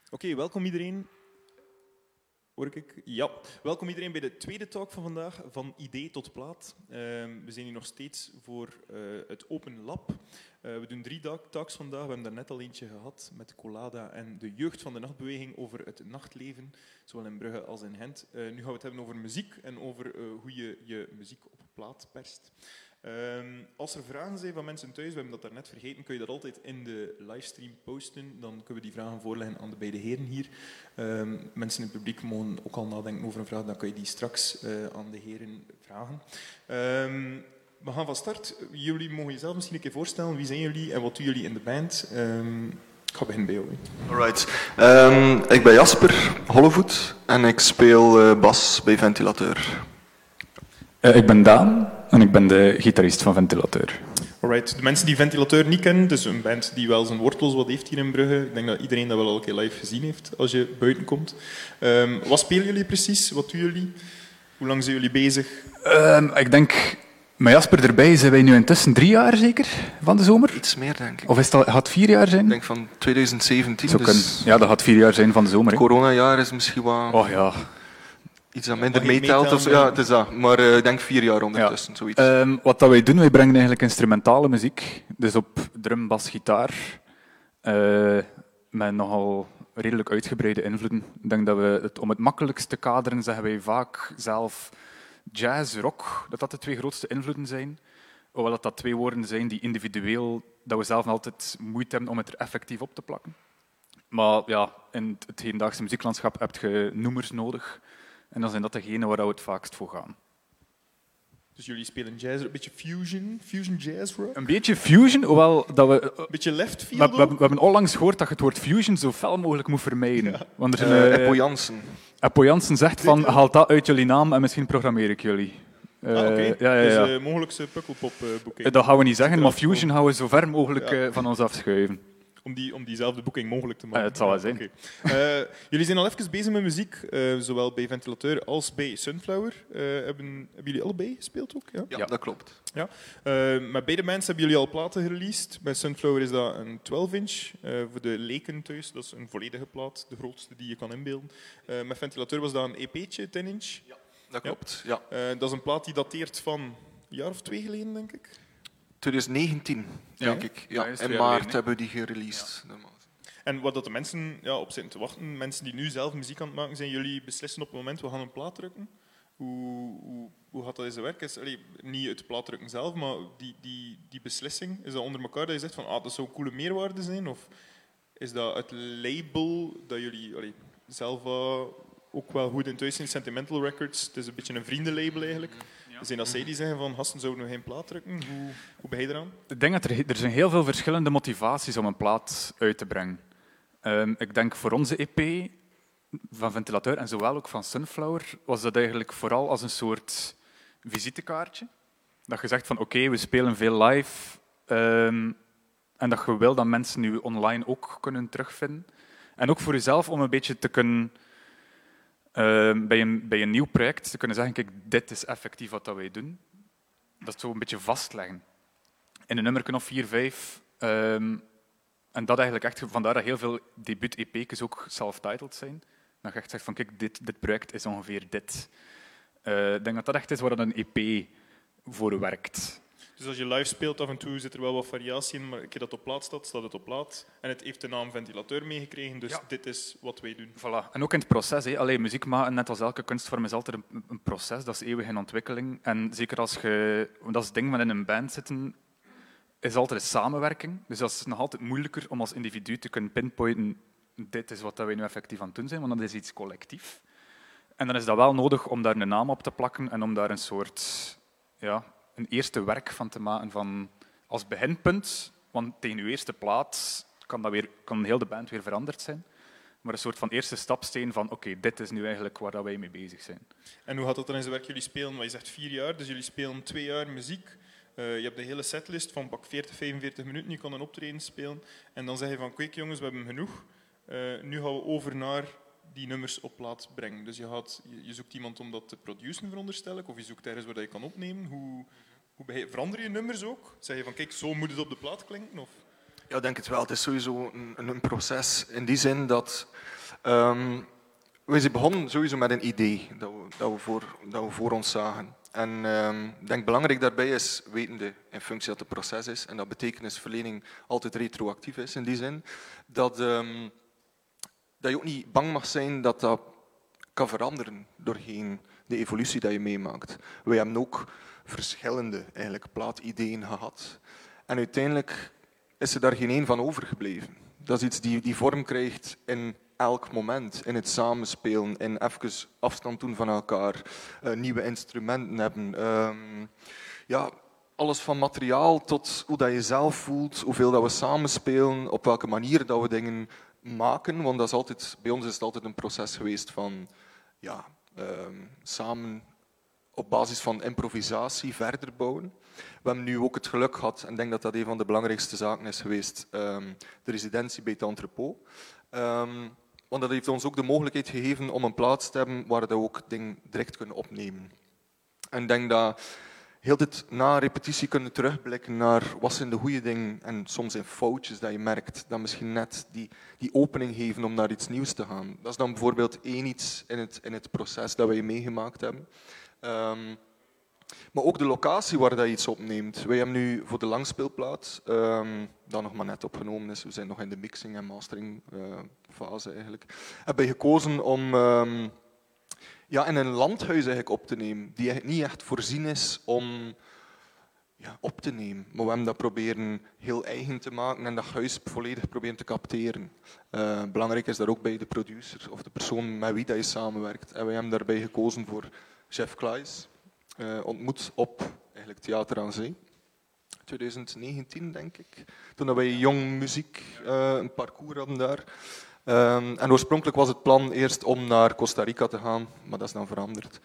Oké, welkom iedereen. Hoor ik? Ja. Welkom iedereen bij de tweede talk van vandaag, van idee tot plaat. We zijn hier nog steeds voor het Open Lab. We doen 3 talks vandaag. We hebben daar net al eentje gehad met Colada en de jeugd van de nachtbeweging over het nachtleven, zowel in Brugge als in Gent. Nu gaan we het hebben over muziek en over hoe je je muziek op plaat perst. Als er vragen zijn van mensen thuis, we hebben dat daarnet vergeten, kun je dat altijd in de livestream posten. Dan kunnen we die vragen voorleggen aan de beide heren hier. Mensen in het publiek mogen ook al nadenken over een vraag, dan kun je die straks aan de heren vragen. We gaan van start. Jullie mogen jezelf misschien een keer voorstellen. Wie zijn jullie en wat doen jullie in de band? Ik ga beginnen bij jou. Alright. Ik ben Jasper Hollevoet en ik speel bas bij Ventilateur. Ik ben Daan en ik ben de gitarist van Ventilateur. Alright. De mensen die Ventilateur niet kennen, dus een band die wel zijn wortels wat heeft hier in Brugge. Ik denk dat iedereen dat wel al een keer live gezien heeft als je buiten komt. Wat spelen jullie precies? Wat doen jullie? Hoe lang zijn jullie bezig? Ik denk, met Jasper erbij zijn wij nu intussen 3 jaar zeker van de zomer? Iets meer, denk ik. Of is dat, gaat het 4 jaar zijn? Ik denk van 2017. Dus ja, dat gaat 4 jaar zijn van de zomer. Het coronajaar is misschien wat... Oh ja. Iets dat minder meetelt of zo. Ja, het is dat. Maar ik denk 4 jaar ondertussen, zoiets. Wat dat wij doen, wij brengen eigenlijk instrumentale muziek. Dus op drum, bas, gitaar. Met nogal redelijk uitgebreide invloeden. Ik denk dat we het om het makkelijkst te kaderen zeggen wij vaak zelf jazz, rock, dat de 2 grootste invloeden zijn. Hoewel dat 2 woorden zijn die individueel, dat we zelf altijd moeite hebben om het er effectief op te plakken. Maar ja, in het hedendaagse muzieklandschap heb je noemers nodig. En dan zijn dat degenen waar we het vaakst voor gaan. Dus jullie spelen jazz, een beetje fusion jazz, bro? Een beetje fusion, hoewel dat we... Een beetje left field we hebben onlangs gehoord dat je het woord fusion zo fel mogelijk moet vermijden. Ja. Want er zijn, Eppo Jansen. Eppo Jansen zegt van, haal dat uit jullie naam en misschien programmeer ik jullie. Oké. Ja. Dus mogelijkse pukkelpop-boeking. Dat gaan we niet zeggen, maar fusion gaan we zo ver mogelijk van ons afschuiven. Om diezelfde boeking mogelijk te maken. Het zal wel zijn. Okay. Jullie zijn al even bezig met muziek, zowel bij Ventilateur als bij Sunflower. Hebben jullie allebei gespeeld ook? Ja, dat klopt. Ja. Met beide bands hebben jullie al platen gereleased. Bij Sunflower is dat een 12-inch. Voor de leken thuis, dat is een volledige plaat, de grootste die je kan inbeelden. Met Ventilateur was dat een EP'tje, 10-inch. Ja, dat klopt. Ja. Dat is een plaat die dateert van een jaar of 2 geleden, denk ik. 2019, denk ik. Ja. In maart hebben we die gereleased. Ja. En wat dat de mensen op zitten te wachten, mensen die nu zelf muziek aan het maken zijn, jullie beslissen op het moment, we gaan een plaat drukken. Hoe gaat dat in zijn werk? Niet het plaatdrukken zelf, maar die beslissing, is dat onder elkaar dat je zegt van dat zou een coole meerwaarde zijn? Of is dat het label dat jullie zelf ook wel goed in thuis zijn, Sentimental Records, het is een beetje een vriendenlabel eigenlijk. Zijn dat zij die zeggen van, gasten, zouden we geen plaat drukken? Hoe ben je eraan? Ik denk dat er zijn heel veel verschillende motivaties om een plaat uit te brengen. Ik denk voor onze EP van Ventilateur en zowel ook van Sunflower was dat eigenlijk vooral als een soort visitekaartje. Dat je zegt van oké, we spelen veel live en dat je wil dat mensen nu online ook kunnen terugvinden. En ook voor jezelf om een beetje te kunnen bij een nieuw project te kunnen zeggen, kijk, dit is effectief wat wij doen. Dat is zo een beetje vastleggen. In een nummer of 4, 5. En dat eigenlijk echt, vandaar dat heel veel debuut-EP's ook self-titled zijn. Dat je echt zegt van, kijk, dit project is ongeveer dit. Ik denk dat dat echt is waar een EP voor werkt. Dus als je live speelt, af en toe zit er wel wat variatie in, maar een keer dat op plaat staat het op plaat. En het heeft de naam Ventilateur meegekregen, dus dit is wat wij doen. Voilà. En ook in het proces. Muziek maken, net als elke kunstvorm, is altijd een proces. Dat is eeuwig in ontwikkeling. En zeker als je... Dat is het ding van in een band zitten, is altijd een samenwerking. Dus dat is nog altijd moeilijker om als individu te kunnen pinpointen, dit is wat wij nu effectief aan het doen zijn, want dat is iets collectief. En dan is dat wel nodig om daar een naam op te plakken en om daar een soort... een eerste werk van te maken van als beginpunt, want tegen uw eerste plaat kan heel de band weer veranderd zijn, maar een soort van eerste stapsteen van oké, dit is nu eigenlijk waar wij mee bezig zijn. En hoe gaat dat dan in zijn werk? Jullie spelen, maar je zegt 4 jaar, dus jullie spelen 2 jaar muziek. Je hebt de hele setlist van pak 40, 45 minuten, je kan een optreden spelen en dan zeg je van kijk jongens, we hebben genoeg. Nu gaan we over naar die nummers op plaat brengen. Dus je zoekt iemand om dat te produceren, veronderstel ik, of je zoekt ergens waar je kan opnemen. Verander je nummers ook? Zeg je van, kijk, zo moet het op de plaat klinken? Of? Ja, ik denk het wel. Het is sowieso een proces in die zin dat We zijn begonnen sowieso met een idee dat we voor ons zagen. En ik denk belangrijk daarbij is, wetende in functie dat het proces is, en dat betekenisverlening altijd retroactief is in die zin, dat je ook niet bang mag zijn dat dat kan veranderen doorheen de evolutie dat je meemaakt. Wij hebben ook verschillende plaatideeën gehad. En uiteindelijk is er daar geen één van overgebleven. Dat is iets die vorm krijgt in elk moment, in het samenspelen, in even afstand doen van elkaar, nieuwe instrumenten hebben. Alles van materiaal tot hoe dat je zelf voelt, hoeveel dat we samenspelen, op welke manier dat we dingen maken. Want dat is altijd, bij ons is het altijd een proces geweest van samen op basis van improvisatie verder bouwen. We hebben nu ook het geluk gehad, en ik denk dat dat een van de belangrijkste zaken is geweest, de residentie bij het entrepot. Want dat heeft ons ook de mogelijkheid gegeven om een plaats te hebben waar we ook dingen direct kunnen opnemen. En ik denk dat heel dit na een repetitie kunnen terugblikken naar wat zijn de goede dingen en soms in foutjes dat je merkt dat misschien net die opening geven om naar iets nieuws te gaan. Dat is dan bijvoorbeeld één iets in het proces dat wij meegemaakt hebben. Maar ook de locatie waar dat je iets opneemt. Wij hebben nu voor de langspeelplaat, dat nog maar net opgenomen is, we zijn nog in de mixing en mastering fase eigenlijk, hebben we gekozen om in een landhuis eigenlijk op te nemen, die eigenlijk niet echt voorzien is om op te nemen. Maar we hebben dat proberen heel eigen te maken en dat huis volledig proberen te capteren. Belangrijk is daar ook bij de producer of de persoon met wie dat je samenwerkt. En wij hebben daarbij gekozen voor Jeff Klaes. Ontmoet op Theater aan Zee. 2019, denk ik. Toen wij jong muziek een parcours hadden daar. En oorspronkelijk was het plan eerst om naar Costa Rica te gaan, maar dat is dan veranderd.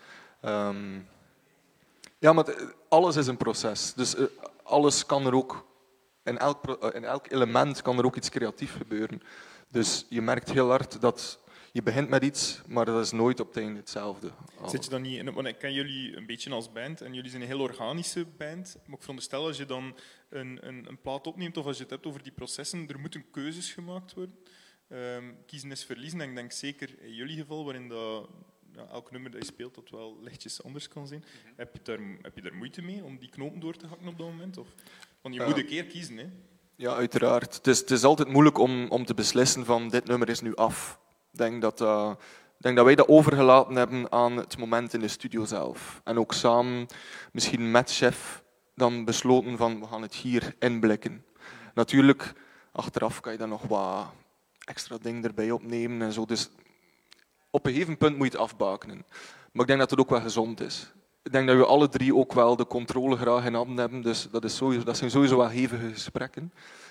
Maar alles is een proces. Dus alles kan er ook, in elk element kan er ook iets creatiefs gebeuren. Dus je merkt heel hard dat je begint met iets, maar dat is nooit op het einde hetzelfde. Zit je dan niet in, want ik ken jullie een beetje als band en jullie zijn een heel organische band. Maar ik veronderstel als je dan een plaat opneemt of als je het hebt over die processen, er moeten keuzes gemaakt worden. Kiezen is verliezen en ik denk zeker in jullie geval, waarin dat, elk nummer dat je speelt dat wel lichtjes anders kan zijn. Heb je daar moeite mee om die knopen door te hakken op dat moment? Of? Want je moet een keer kiezen, hè? Ja, uiteraard. Het is altijd moeilijk om te beslissen van dit nummer is nu af. Ik denk dat wij dat overgelaten hebben aan het moment in de studio zelf. En ook samen, misschien met Chef, dan besloten van we gaan het hier inblikken. Natuurlijk, achteraf kan je dan nog wat extra dingen erbij opnemen en zo. Dus op een gegeven punt moet je het afbakenen. Maar ik denk dat het ook wel gezond is. Ik denk dat we alle drie ook wel de controle graag in handen hebben. Dus dat zijn sowieso wel hevige gesprekken.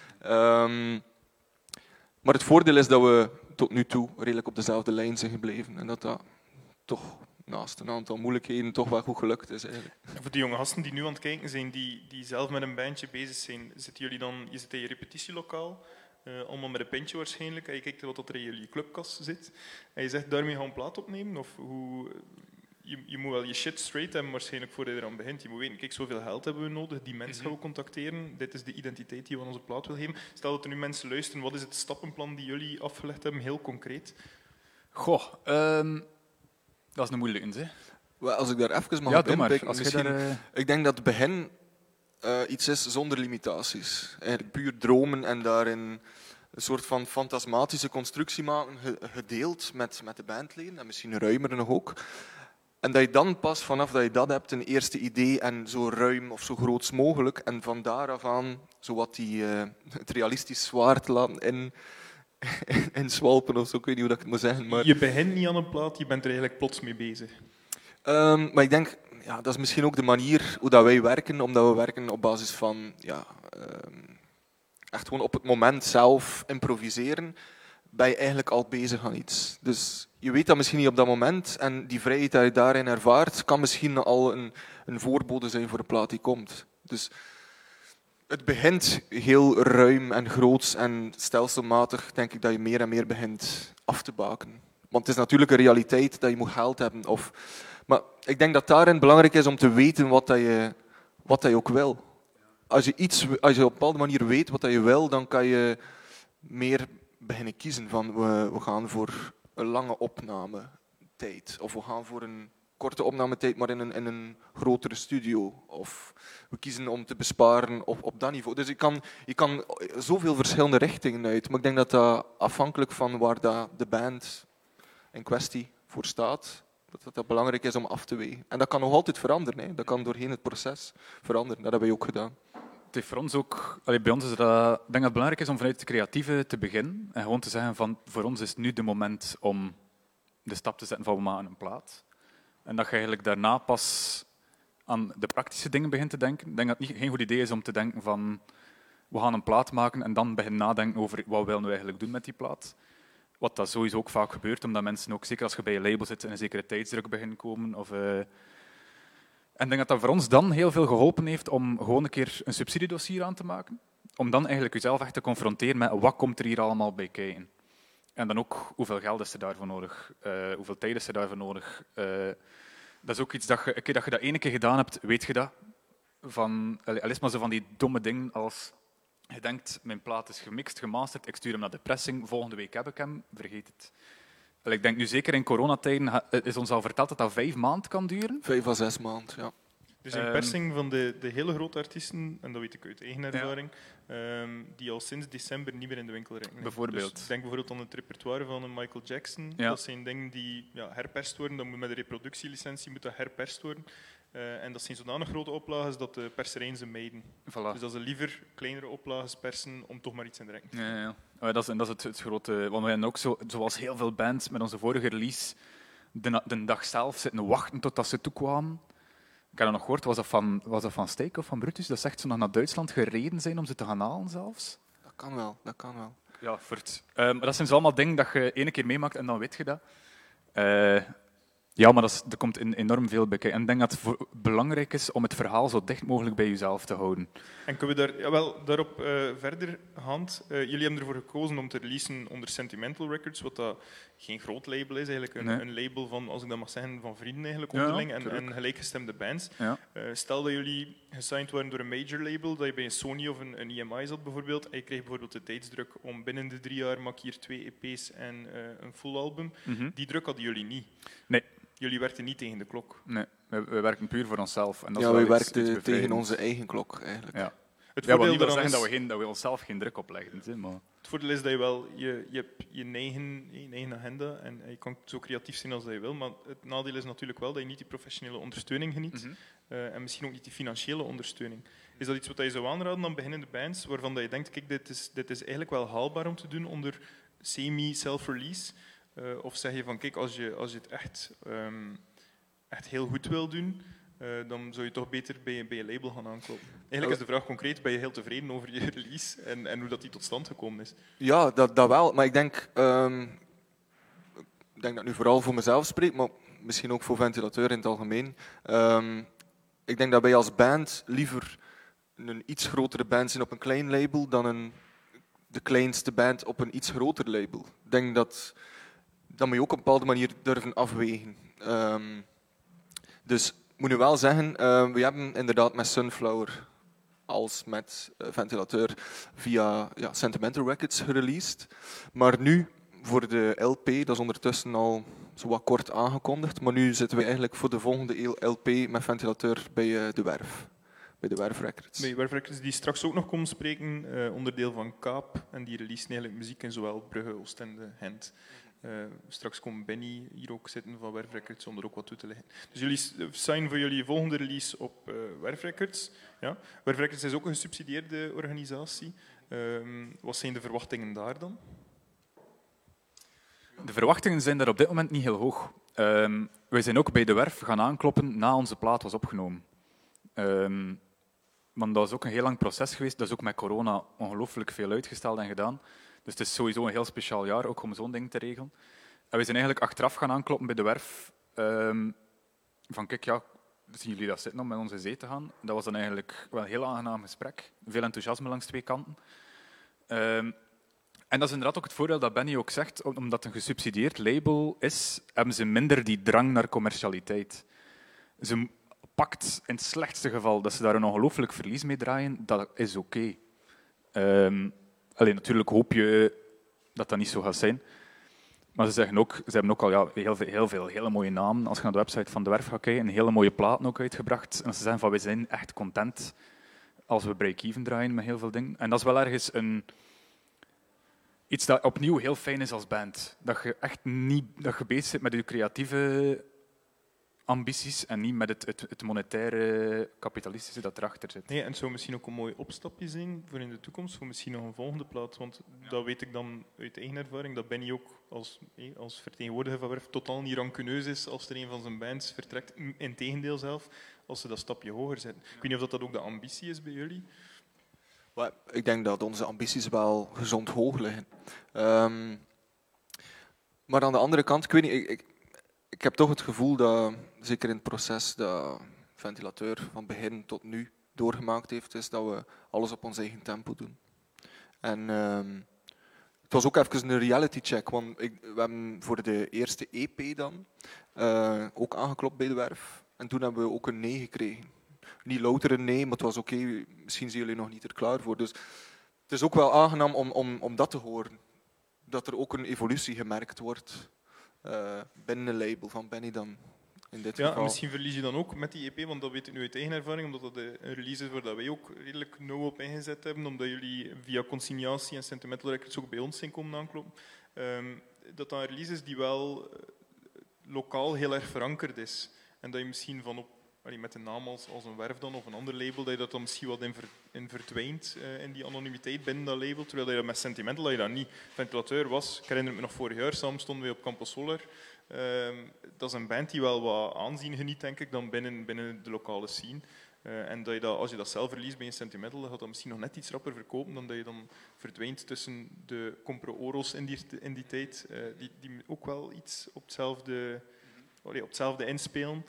Maar het voordeel is dat we tot nu toe redelijk op dezelfde lijn zijn gebleven. En dat toch naast een aantal moeilijkheden toch wel goed gelukt is eigenlijk. En voor de jonge gasten die nu aan het kijken zijn, die zelf met een bandje bezig zijn, zitten jullie dan, je zit in je repetitielokaal, allemaal met een pintje waarschijnlijk, en je kijkt wat er in jullie clubkast zit, en je zegt daarmee gaan we een plaat opnemen, of hoe... Je moet wel je shit straight hebben waarschijnlijk voordat je eraan begint. Je moet weten, kijk, zoveel geld hebben we nodig, die mensen gaan we contacteren, dit is de identiteit die we aan onze plaat willen geven. Stel dat er nu mensen luisteren, wat is het stappenplan die jullie afgelegd hebben, heel concreet? Goh, dat is een moeilijke, hè? Wel, als ik daar even mag op inpikken, misschien... Ik denk dat het begin iets is zonder limitaties. Eigenlijk puur dromen en daarin een soort van fantasmatische constructie maken, gedeeld met de bandleden en misschien ruimer nog ook. En dat je dan pas vanaf dat je dat hebt een eerste idee en zo ruim of zo groots mogelijk en van daaraf aan zo wat het realistisch zwaard laten inswalpen of zo, ik weet niet hoe dat ik het moet zeggen. Maar... Je begint niet aan een plaat, je bent er eigenlijk plots mee bezig. Maar ik denk, dat is misschien ook de manier hoe dat wij werken, omdat we werken op basis van echt gewoon op het moment zelf improviseren, ben je eigenlijk al bezig aan iets. Dus je weet dat misschien niet op dat moment en die vrijheid die je daarin ervaart, kan misschien al een voorbode zijn voor de plaat die komt. Dus het begint heel ruim en groots en stelselmatig denk ik dat je meer en meer begint af te baken. Want het is natuurlijk een realiteit dat je moet geld hebben. Maar ik denk dat daarin belangrijk is om te weten wat je ook wil. Als je op een bepaalde manier weet wat je wil, dan kan je meer beginnen kiezen van we gaan voor een lange opnametijd. Of we gaan voor een korte opnametijd, maar in een grotere studio. Of we kiezen om te besparen op dat niveau. Dus je kan zoveel verschillende richtingen uit. Maar ik denk dat dat afhankelijk van waar de band in kwestie voor staat, dat belangrijk is om af te wegen. En dat kan nog altijd veranderen. Hè. Dat kan doorheen het proces veranderen. Dat hebben wij ook gedaan. Het heeft voor ons ook, bij ons is dat, ik denk dat het belangrijk is om vanuit het creatieve te beginnen en gewoon te zeggen van voor ons is nu de moment om de stap te zetten van we maken een plaat. En dat je eigenlijk daarna pas aan de praktische dingen begint te denken. Ik denk dat het geen goed idee is om te denken van we gaan een plaat maken en dan beginnen nadenken over wat willen we eigenlijk doen met die plaat. Wat dat sowieso ook vaak gebeurt, omdat mensen ook, zeker als je bij je label zit, in een zekere tijdsdruk beginnen komen. En ik denk dat dat voor ons dan heel veel geholpen heeft om gewoon een keer een subsidiedossier aan te maken. Om dan eigenlijk jezelf echt te confronteren met wat komt er hier allemaal bij kijken. En dan ook hoeveel geld is er daarvoor nodig, hoeveel tijd is er daarvoor nodig. Dat is ook iets dat je, een keer dat je dat ene keer gedaan hebt, weet je dat. Al is maar zo van die domme dingen als je denkt, mijn plaat is gemixt, gemasterd, ik stuur hem naar de pressing, volgende week heb ik hem, vergeet het. Ik denk nu zeker in coronatijden is ons al verteld dat dat 5 maanden kan duren. 5 à 6 maanden, ja. Dus een persing van de hele grote artiesten, en dat weet ik uit eigen ervaring, die al sinds december niet meer in de winkel rijden. Bijvoorbeeld. Dus denk bijvoorbeeld aan het repertoire van een Michael Jackson. Ja. Dat zijn dingen die herperst worden, dat moet met een reproductielicentie moet dat herperst worden. En dat zijn zodanig grote oplages dat de perserijen ze mijden. Voilà. Dus dat ze liever kleinere oplages persen om toch maar iets in de ring te Ja, ja. Dat is het grote... Want we hebben ook, zoals heel veel bands met onze vorige release, de dag zelf zitten wachten totdat ze toekwamen. Ik heb dat nog gehoord, was dat van Steak of van Brutus? Dat zegt ze nog naar Duitsland gereden zijn om ze te gaan halen zelfs. Dat kan wel. Ja, maar dat zijn zo allemaal dingen dat je ene keer meemaakt en dan weet je dat. Ja, maar er komt enorm veel bij kijken. En ik denk dat het belangrijk is om het verhaal zo dicht mogelijk bij jezelf te houden. En kunnen we daarop verder gaand? Jullie hebben ervoor gekozen om te releasen onder Sentimental Records, wat dat geen groot label is, eigenlijk een label van, als ik dat mag zeggen, van vrienden eigenlijk onderling en gelijkgestemde bands. Ja. Stel dat jullie gesigned waren door een major label, dat je bij een Sony of een EMI zat bijvoorbeeld, en je kreeg bijvoorbeeld de tijdsdruk om binnen de 3 jaar maak hier 2 EP's en een full album. Die druk hadden jullie niet. Nee. Jullie werkten niet tegen de klok. Nee, we werken puur voor onszelf. En dat wij werkten tegen onze eigen klok, eigenlijk. Ja. Het wil voordeel niet daaraan zeggen dat we onszelf geen druk opleggen. Maar... Het voordeel is dat je wel je hebt je eigen agenda en je kan zo creatief zijn als dat je wil, maar het nadeel is natuurlijk wel dat je niet die professionele ondersteuning geniet en misschien ook niet die financiële ondersteuning. Is dat iets wat je zou aanraden aan beginnende bands, waarvan dat je denkt, kijk, dit is eigenlijk wel haalbaar om te doen onder semi-self-release? Of zeg je van, kijk, als je het echt heel goed wil doen, dan zou je toch beter bij je label gaan aankloppen. Eigenlijk is de vraag concreet, ben je heel tevreden over je release en hoe dat die tot stand gekomen is? Ja, dat wel. Maar ik denk dat ik nu vooral voor mezelf spreek, maar misschien ook voor Ventilateur in het algemeen. Ik denk dat wij als band liever een iets grotere band zijn op een klein label dan de kleinste band op een iets groter label. Ik denk dat moet je ook op een bepaalde manier durven afwegen. Dus ik moet nu wel zeggen, we hebben inderdaad met Sunflower als met Ventilateur via Sentimental Records gereleased. Maar nu voor de LP, dat is ondertussen al zo wat kort aangekondigd, maar nu zitten we eigenlijk voor de volgende LP met Ventilateur bij de Werf. Bij de Werf Records. Bij Werf Records, die straks ook nog komen spreken, onderdeel van Kaap. En die releasen eigenlijk muziek in zowel Brugge, Oostende, Gent. Straks komt Benny hier ook zitten van Werf Records om er ook wat toe te leggen. Dus jullie signen voor jullie volgende release op Werf Records. Ja. Werf Records is ook een gesubsidieerde organisatie. Wat zijn de verwachtingen daar dan? De verwachtingen zijn daar op dit moment niet heel hoog. Wij zijn ook bij de Werf gaan aankloppen na onze plaat was opgenomen. Want dat is ook een heel lang proces geweest. Dat is ook met corona ongelooflijk veel uitgesteld en gedaan. Dus het is sowieso een heel speciaal jaar, ook om zo'n ding te regelen. En we zijn eigenlijk achteraf gaan aankloppen bij de Werf. Van kijk, ja, zien jullie dat zitten om met ons in zee te gaan? Dat was dan eigenlijk wel een heel aangenaam gesprek. Veel enthousiasme langs 2 kanten. En dat is inderdaad ook het voordeel dat Benny ook zegt. Omdat het een gesubsidieerd label is, hebben ze minder die drang naar commercialiteit. Ze pakt in het slechtste geval dat ze daar een ongelooflijk verlies mee draaien, dat is oké. Alleen natuurlijk hoop je dat dat niet zo gaat zijn. Maar ze hebben ook al heel veel hele mooie namen. Als je naar de website van De Werf gaat kijken, een hele mooie platen ook uitgebracht. En ze zeggen van, we zijn echt content als we break-even draaien met heel veel dingen. En dat is wel ergens iets dat opnieuw heel fijn is als band. Dat je echt niet dat je bezig zit met je creatieve ambities en niet met het monetaire, kapitalistische dat erachter zit. Nee, en het zou misschien ook een mooi opstapje zijn voor in de toekomst, voor misschien nog een volgende plaat. Want dat weet ik dan uit eigen ervaring, dat Benny ook als vertegenwoordiger van Werf totaal niet rancuneus is als er een van zijn bands vertrekt. Integendeel zelf, als ze dat stapje hoger zetten. Ik weet niet of dat ook de ambitie is bij jullie. Ik denk dat onze ambities wel gezond hoog liggen. Maar aan de andere kant, ik weet niet, ik heb toch het gevoel dat, zeker in het proces dat Ventilateur van begin tot nu doorgemaakt heeft, is dat we alles op ons eigen tempo doen. En het was ook even een reality check, want we hebben voor de eerste EP dan ook aangeklopt bij De Werf. En toen hebben we ook een nee gekregen. Niet louter een nee, maar het was oké, misschien zijn jullie nog niet er klaar voor. Dus het is ook wel aangenaam om dat te horen. Dat er ook een evolutie gemerkt wordt binnen een label van Benny dan. In dit Ja, geval. en misschien verlies je dan ook met die EP, want dat weet ik nu uit eigen ervaring, omdat dat een release is waar dat wij ook redelijk nauw op ingezet hebben, omdat jullie via Consignatie en Sentimental Records ook bij ons zijn komen aankloppen. Dat een release is die wel lokaal heel erg verankerd is. En dat je misschien met een naam als een Werf dan, of een ander label, dat je dat dan misschien wat in verdwijnt, in die anonimiteit binnen dat label, terwijl je dat met Sentimental dat je dat niet. Ventilateur was, ik herinner me nog vorig jaar, samen stonden we op Campus Solar. Dat is een band die wel wat aanzien geniet, denk ik, dan binnen de lokale scene. En dat als je dat zelf release bij een Sentimental, dan gaat dat misschien nog net iets rapper verkopen dan dat je dan verdwijnt tussen de Compro-Oros in die tijd, die ook wel iets op hetzelfde inspelen.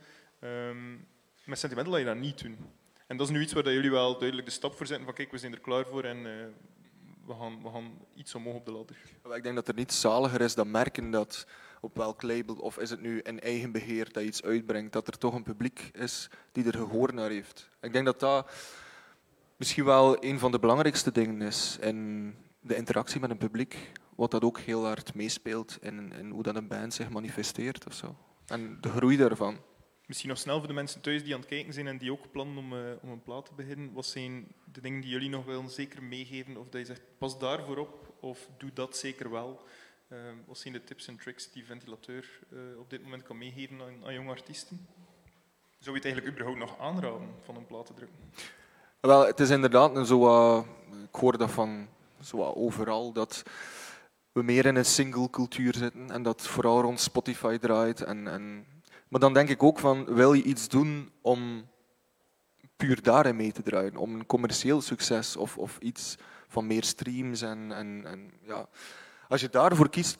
Met Sentimental dat je dat niet doen. En dat is nu iets waar jullie wel duidelijk de stap voor zetten van kijk, we zijn er klaar voor en we gaan iets omhoog op de ladder. Ik denk dat er niets zaliger is dan merken dat op welk label, of is het nu in eigen beheer dat je iets uitbrengt, dat er toch een publiek is die er gehoor naar heeft. Ik denk dat dat misschien wel een van de belangrijkste dingen is in de interactie met een publiek, wat dat ook heel hard meespeelt in hoe dat een band zich manifesteert of zo. En de groei daarvan. Misschien nog snel voor de mensen thuis die aan het kijken zijn en die ook plannen om een plaat te beginnen. Wat zijn de dingen die jullie nog wel zeker meegeven? Of dat je zegt, pas daarvoor op, of doe dat zeker wel. Wat zijn de tips en tricks die Ventilateur op dit moment kan meegeven aan jonge artiesten? Zou je het eigenlijk überhaupt nog aanraden van een plaat te drukken? Wel, het is inderdaad ik hoor dat van overal, dat we meer in een single cultuur zitten en dat vooral rond Spotify draait. Maar dan denk ik ook van, wil je iets doen om puur daarin mee te draaien, om een commercieel succes of iets van meer streams en ja. Als je daarvoor kiest,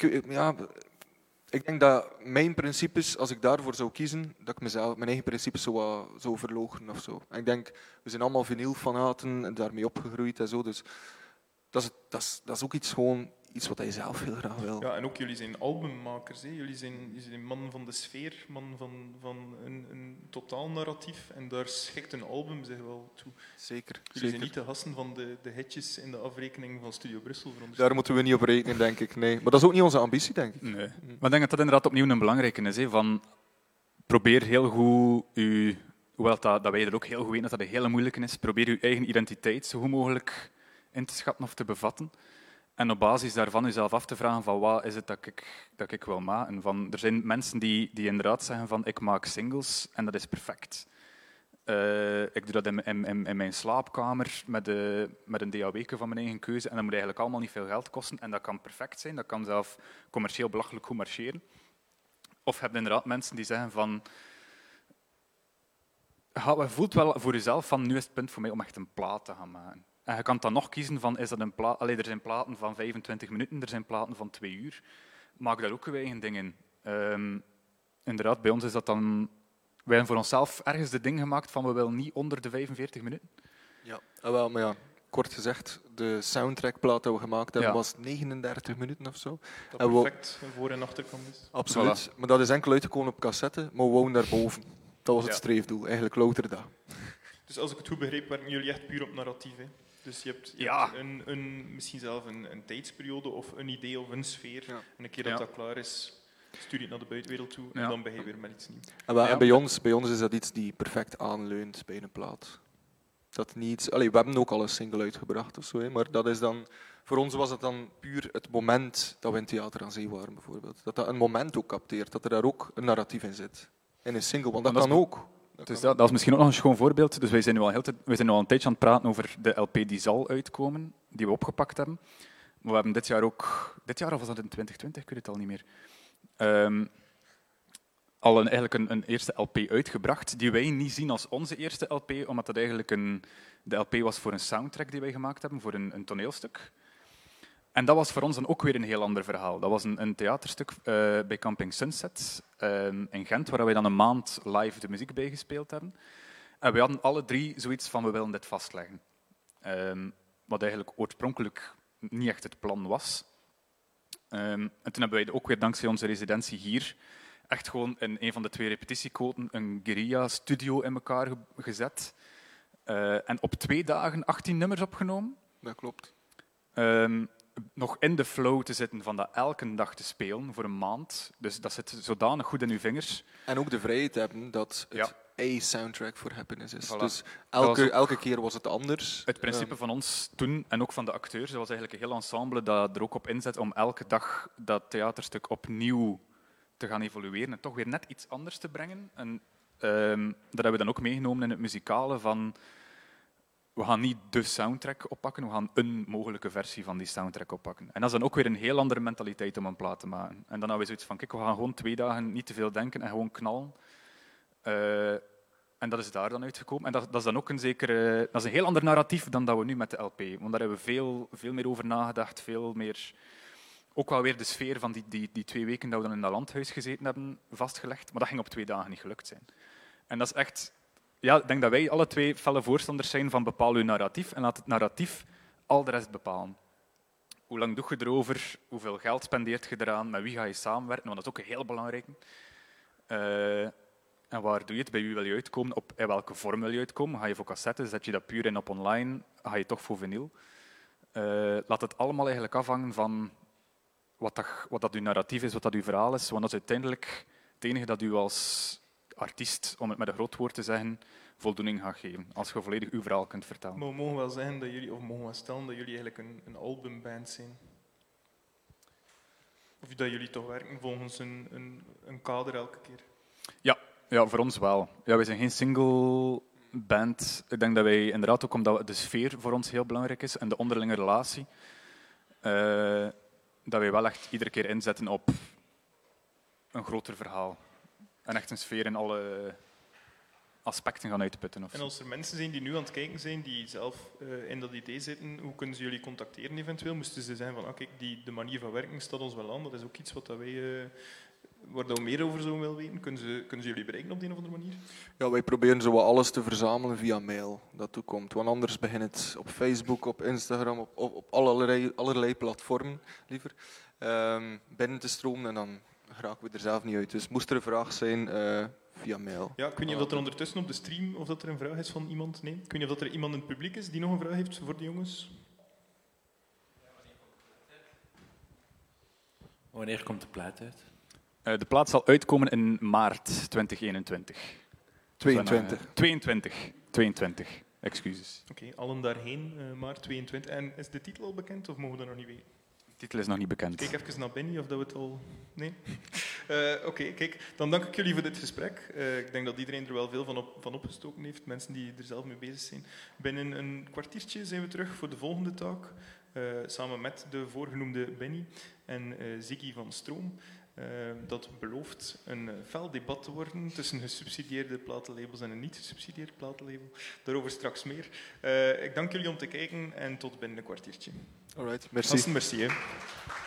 ik denk dat mijn principes, als ik daarvoor zou kiezen, dat ik mijn eigen principes zou verloochenen of zo. En ik denk, we zijn allemaal vinylfanaten en daarmee opgegroeid en zo, dus dat is ook iets wat je zelf heel graag wil. Ja, en ook jullie zijn albummakers. Hè? Jullie zijn man van de sfeer, man van een totaal narratief. En daar schikt een album zich wel toe. Zeker. Jullie zijn niet de gasten van de hitjes in de afrekening van Studio Brussel. Daar moeten we niet op rekenen, denk ik. Nee. Maar dat is ook niet onze ambitie, denk ik. Nee. Maar ik denk dat dat inderdaad opnieuw een belangrijke is. Hè? Van, probeer heel goed hoewel dat wij er ook heel goed weten dat dat een hele moeilijke is, probeer je eigen identiteit zo goed mogelijk in te schatten of te bevatten. En op basis daarvan jezelf af te vragen van wat is het dat ik wil maken. Van, er zijn mensen die inderdaad zeggen van ik maak singles en dat is perfect. Ik doe dat in mijn slaapkamer met een DAW van mijn eigen keuze en dat moet eigenlijk allemaal niet veel geld kosten en dat kan perfect zijn, dat kan zelf commercieel belachelijk goed marcheren. Of je hebt inderdaad mensen die zeggen van je voelt wel voor jezelf van nu is het punt voor mij om echt een plaat te gaan maken. En je kan dan nog kiezen van, is dat een plaat? Er zijn platen van 25 minuten, er zijn platen van 2 uur. Maak daar ook je eigen ding in. Inderdaad, bij ons is dat dan... Wij hebben voor onszelf ergens de ding gemaakt van, we willen niet onder de 45 minuten. Ja, wel, maar ja, kort gezegd, de soundtrackplaat dat we gemaakt hebben was 39 minuten of zo. Dat perfect voor- en achterkant is. Absoluut, maar dat is enkel uitgekomen op cassette, maar we wonen daarboven. Dat was het streefdoel, eigenlijk louter dat. Dus als ik het goed begreep, werken jullie echt puur op narratief, hè? Dus je hebt Ja. misschien zelf een tijdsperiode of een idee of een sfeer. Ja. En een keer dat dat klaar is, stuur je het naar de buitenwereld toe en Ja. dan ben je weer met iets nieuws. En bij ons is dat iets die perfect aanleunt bij een plaat. Dat niet, we hebben ook al een single uitgebracht of zo, hè, maar dat is dan, voor ons was het dan puur het moment dat we in Theater aan Zee waren, bijvoorbeeld. Dat een moment ook capteert, dat er daar ook een narratief in zit. In een single, want dat kan ook. Dus dat is misschien ook nog een schoon voorbeeld. Dus wij zijn nu al een tijdje aan het praten over de LP die zal uitkomen, die we opgepakt hebben. Maar we hebben dit jaar of was dat in 2020, ik weet het al niet meer, eigenlijk een eerste LP uitgebracht, die wij niet zien als onze eerste LP, omdat dat eigenlijk de LP was voor een soundtrack die wij gemaakt hebben, voor een toneelstuk. En dat was voor ons dan ook weer een heel ander verhaal. Dat was een theaterstuk bij Camping Sunset in Gent, waar wij dan een maand live de muziek bij gespeeld hebben. En we hadden alle drie zoiets van, we willen dit vastleggen. Wat eigenlijk oorspronkelijk niet echt het plan was. En toen hebben wij ook weer dankzij onze residentie hier echt gewoon in een van de 2 repetitiequoten een guerrilla-studio in elkaar gezet. En op 2 dagen 18 nummers opgenomen. Dat klopt. Nog in de flow te zitten van dat elke dag te spelen voor een maand. Dus dat zit zodanig goed in uw vingers. En ook de vrijheid hebben dat het a soundtrack for happiness is. Voilà. Dus ook elke keer was het anders. Het principe van ons toen, en ook van de acteurs, dat was eigenlijk een heel ensemble dat er ook op inzet om elke dag dat theaterstuk opnieuw te gaan evolueren en toch weer net iets anders te brengen. En dat hebben we dan ook meegenomen in het muzikale van... We gaan niet de soundtrack oppakken, we gaan een mogelijke versie van die soundtrack oppakken. En dat is dan ook weer een heel andere mentaliteit om een plaat te maken. En dan hebben we zoiets van, kijk, we gaan gewoon 2 dagen niet te veel denken en gewoon knallen. En dat is daar dan uitgekomen. En dat is dan ook dat is een heel ander narratief dan dat we nu met de LP. Want daar hebben we veel meer over nagedacht, veel meer... Ook wel weer de sfeer van die 2 weken dat we dan in dat landhuis gezeten hebben vastgelegd. Maar dat ging op 2 dagen niet gelukt zijn. En dat is echt... Ja, ik denk dat wij alle 2 felle voorstanders zijn van bepaal uw narratief en laat het narratief al de rest bepalen. Hoe lang doe je erover? Hoeveel geld spendeert je eraan? Met wie ga je samenwerken? Want dat is ook een heel belangrijk. En waar doe je het? Bij wie wil je uitkomen? In welke vorm wil je uitkomen? Ga je voor cassette? Zet je dat puur in op online? Ga je toch voor vinyl? Laat het allemaal eigenlijk afhangen van wat dat uw narratief is, wat dat uw verhaal is. Want dat is uiteindelijk het enige dat u als artiest, om het met een groot woord te zeggen, voldoening gaat geven. Als je volledig uw verhaal kunt vertellen. Maar we mogen wel zeggen dat jullie, of mogen wel stellen dat jullie eigenlijk een albumband zijn. Of dat jullie toch werken volgens een kader elke keer. Ja, voor ons wel. Ja, wij zijn geen single band. Ik denk dat wij inderdaad ook omdat de sfeer voor ons heel belangrijk is en de onderlinge relatie, dat wij wel echt iedere keer inzetten op een groter verhaal. En echt een sfeer in alle aspecten gaan uitputten. En als er mensen zijn die nu aan het kijken zijn, die zelf in dat idee zitten, hoe kunnen ze jullie contacteren eventueel? Moesten ze zeggen van, kijk, de manier van werken staat ons wel aan, dat is ook iets wat wij, waar we meer over zouden willen weten. Kunnen ze jullie bereiken op de een of andere manier? Ja, wij proberen zo wat alles te verzamelen via mail dat toekomt. Want anders begint het op Facebook, op Instagram, op allerlei platformen liever, binnen te stromen en dan geraken we er zelf niet uit. Dus moest er een vraag zijn, via mail. Ja, ik weet niet of dat er ondertussen op de stream of dat er een vraag is van iemand. Nee? Ik weet niet of dat er iemand in het publiek is die nog een vraag heeft voor de jongens. Wanneer komt de plaat uit? De plaat zal uitkomen in maart 2021. 22, excuses. Oké, allen daarheen, maart 22. En is de titel al bekend of mogen we dat nog niet weten? De titel is nog niet bekend. Kijk even naar Benny of dat we het al... Nee? Oké, kijk. Dan dank ik jullie voor dit gesprek. Ik denk dat iedereen er wel veel van opgestoken heeft. Mensen die er zelf mee bezig zijn. Binnen een kwartiertje zijn we terug voor de volgende talk. Samen met de voorgenoemde Benny en Ziggy van Stroom. Dat belooft een fel debat te worden tussen gesubsidieerde platenlabels en een niet gesubsidieerd platenlabel. Daarover straks meer. Ik dank jullie om te kijken en tot binnen een kwartiertje. Alright, merci. Gasten, merci. Hè.